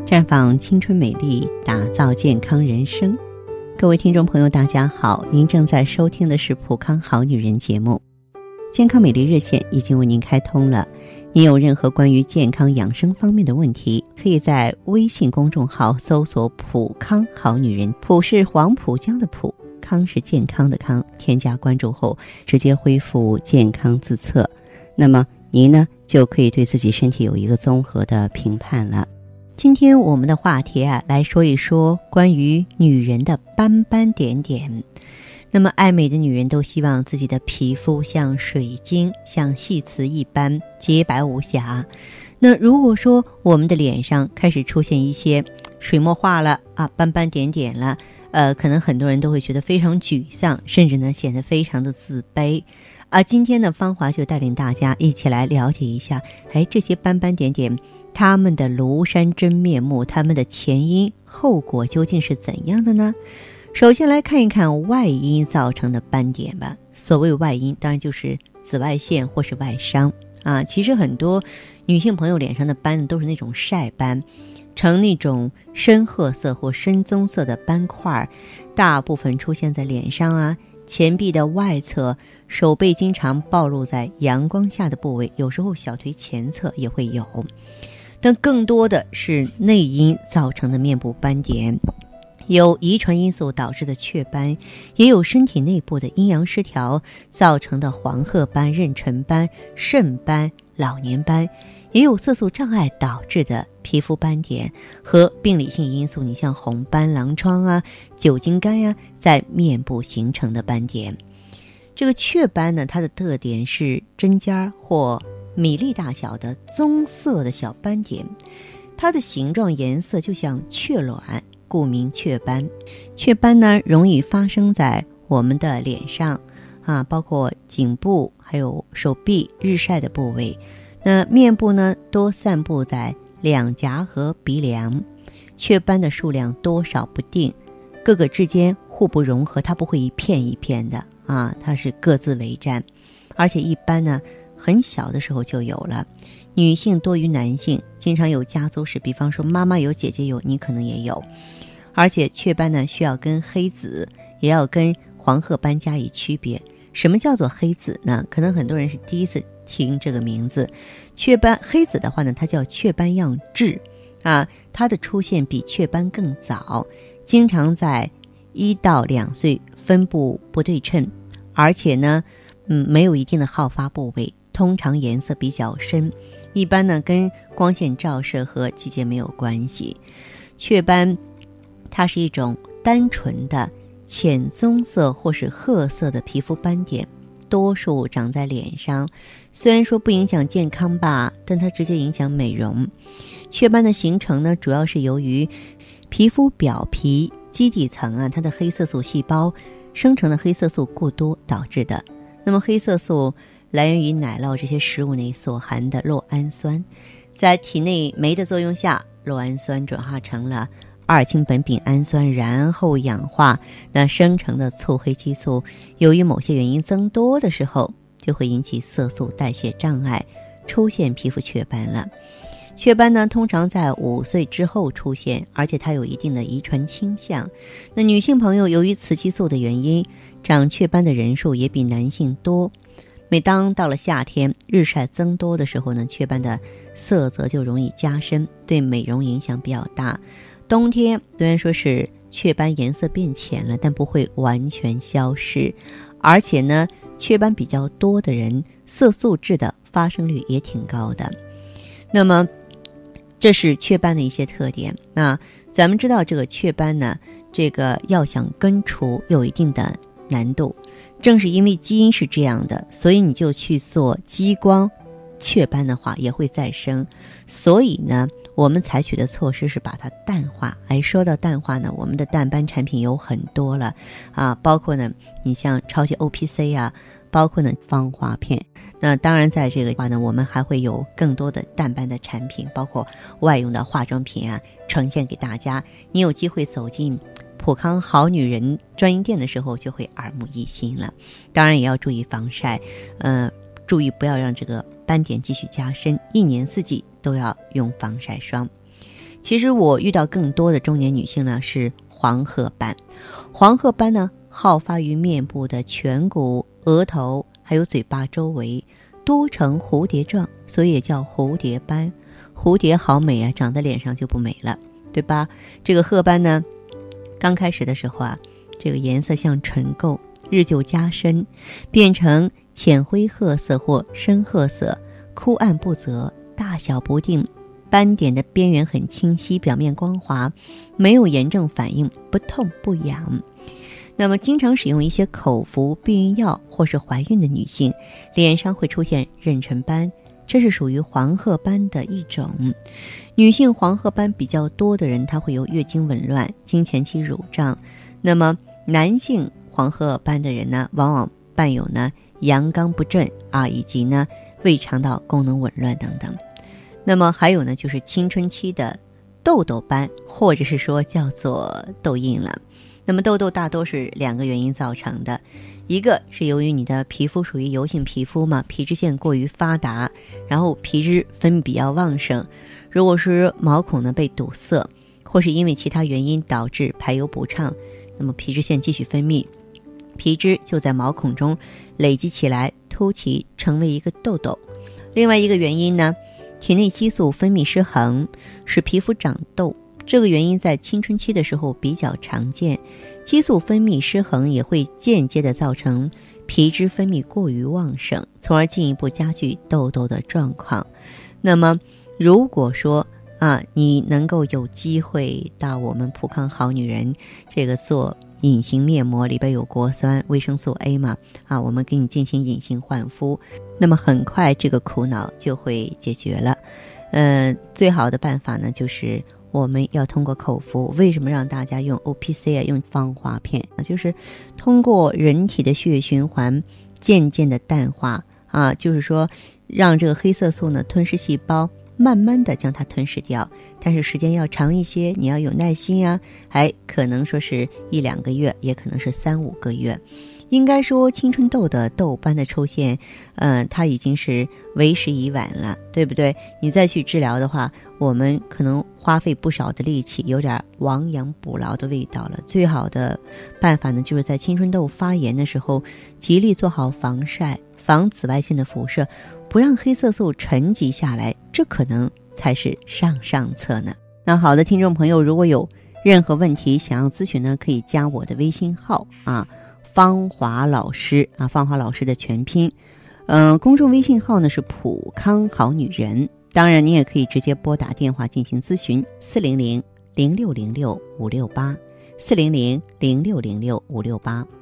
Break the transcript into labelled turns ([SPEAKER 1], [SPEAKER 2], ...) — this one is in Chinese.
[SPEAKER 1] 绽放青春美丽，打造健康人生。各位听众朋友大家好，您正在收听的是普康好女人节目。健康美丽热线已经为您开通了，您有任何关于健康养生方面的问题，可以在微信公众号搜索普康好女人，普是黄浦江的普，康是健康的康，添加关注后直接恢复健康自测，那么您呢就可以对自己身体有一个综合的评判了。今天我们的话题来说一说关于女人的斑斑点点。那么爱美的女人都希望自己的皮肤像水晶，像细瓷一般洁白无瑕。那如果说我们的脸上开始出现一些水墨画了斑斑点点了，可能很多人都会觉得非常沮丧，甚至呢显得非常的自卑。今天呢芳华就带领大家一起来了解一下，这些斑斑点点他们的庐山真面目，他们的前因后果究竟是怎样的呢？首先来看一看外因造成的斑点吧。所谓外因当然就是紫外线或是外伤其实很多女性朋友脸上的斑都是那种晒斑，呈那种深褐色或深棕色的斑块，大部分出现在脸上前臂的外侧，手背经常暴露在阳光下的部位，有时候小腿前侧也会有。但更多的是内因造成的面部斑点，有遗传因素导致的雀斑，也有身体内部的阴阳失调造成的黄褐斑、妊娠斑、肾斑、老年斑，也有色素障碍导致的皮肤斑点和病理性因素，你像红斑、狼疮酒精肝在面部形成的斑点。这个雀斑呢，它的特点是针尖或米粒大小的棕色的小斑点，它的形状颜色就像雀卵，故名雀斑。雀斑呢容易发生在我们的脸上包括颈部还有手臂日晒的部位。那面部呢多散布在两颊和鼻梁，雀斑的数量多少不定，各个之间互不融合，它不会一片一片的它是各自为战，而且一般呢很小的时候就有了，女性多于男性，经常有家族史，比方说妈妈有姐姐有，你可能也有。而且雀斑呢需要跟黑紫也要跟黄褐斑加以区别。什么叫做黑紫呢？可能很多人是第一次听这个名字。雀斑黑紫的话呢，它叫雀斑样痣它的出现比雀斑更早，经常在1到2岁，分布不对称，而且呢没有一定的好发部位，通常颜色比较深，一般呢跟光线照射和季节没有关系。雀斑它是一种单纯的浅棕色或是褐色的皮肤斑点，多数长在脸上，虽然说不影响健康吧，但它直接影响美容。雀斑的形成呢，主要是由于皮肤表皮基底层它的黑色素细胞生成的黑色素过多导致的。那么黑色素来源于奶酪这些食物内所含的酪氨酸，在体内酶的作用下，酪氨酸转化成了2氢苯丙氨酸，然后氧化，那生成的促黑激素由于某些原因增多的时候，就会引起色素代谢障碍，出现皮肤雀斑了。雀斑呢通常在5岁之后出现，而且它有一定的遗传倾向。那女性朋友由于雌激素的原因，长雀斑的人数也比男性多。每当到了夏天日晒增多的时候呢，雀斑的色泽就容易加深，对美容影响比较大。冬天虽然说是雀斑颜色变浅了，但不会完全消失，而且呢雀斑比较多的人色素痣的发生率也挺高的。那么这是雀斑的一些特点。那咱们知道这个雀斑呢，这个要想根除有一定的难度，正是因为基因是这样的，所以你就去做激光，雀斑的话也会再生。所以呢我们采取的措施是把它淡化。说到淡化呢，我们的淡斑产品有很多了包括呢你像超级 OPC 包括呢芳华片。那当然在这个话呢，我们还会有更多的淡斑的产品，包括外用的化妆品呈现给大家。你有机会走进普康好女人专营店的时候，就会耳目一新了。当然也要注意防晒，注意不要让这个斑点继续加深，1年4季都要用防晒霜。 其实我遇到更多的中年女性呢是黄褐斑。黄褐斑呢好发于面部的颧骨、额头还有嘴巴周围，多呈蝴蝶状，所以也叫蝴蝶斑。蝴蝶好美啊，长在脸上就不美了，对吧？这个褐斑呢，刚开始的时候啊，这个颜色像尘垢，日久加深，变成浅灰褐色或深褐色，枯暗不泽，大小不定，斑点的边缘很清晰，表面光滑，没有炎症反应，不痛不痒。那么经常使用一些口服避孕药或是怀孕的女性，脸上会出现妊娠斑，这是属于黄褐斑的一种。女性黄褐斑比较多的人，她会有月经紊乱、经前期乳胀。那么男性黄褐斑的人呢，往往伴有呢阳刚不振啊，以及呢胃肠道功能紊乱等等。那么还有呢，就是青春期的痘痘斑，或者是说叫做痘印了。那么痘痘大多是2个原因造成的，一个是由于你的皮肤属于油性皮肤嘛，皮脂腺过于发达，然后皮脂分泌比较旺盛。如果是毛孔呢被堵塞，或是因为其他原因导致排油不畅，那么皮脂腺继续分泌，皮脂就在毛孔中累积起来，凸起成为一个痘痘。另外一个原因呢，体内激素分泌失衡，使皮肤长痘。这个原因在青春期的时候比较常见，激素分泌失衡也会间接的造成皮脂分泌过于旺盛，从而进一步加剧痘痘的状况。那么如果说你能够有机会到我们普康好女人这个做隐形面膜，里边有果酸、维生素 A 嘛，我们给你进行隐形焕肤，那么很快这个苦恼就会解决了。最好的办法呢，就是我们要通过口服。为什么让大家用 OPC 用芳华片？就是通过人体的血液循环渐渐的淡化就是说让这个黑色素呢吞噬细胞慢慢的将它吞噬掉，但是时间要长一些，你要有耐心还可能说是1-2个月，也可能是3-5个月。应该说青春痘的痘斑的出现它已经是为时已晚了，对不对？你再去治疗的话，我们可能花费不少的力气，有点亡羊补牢的味道了。最好的办法呢，就是在青春痘发炎的时候极力做好防晒，防紫外线的辐射，不让黑色素沉积下来，这可能才是上策呢。那好的，听众朋友，如果有任何问题想要咨询呢，可以加我的微信号芳华老师芳华老师的全拼，公众微信号呢是普康好女人。当然你也可以直接拨打电话进行咨询，400-0606-568，400-0606-568。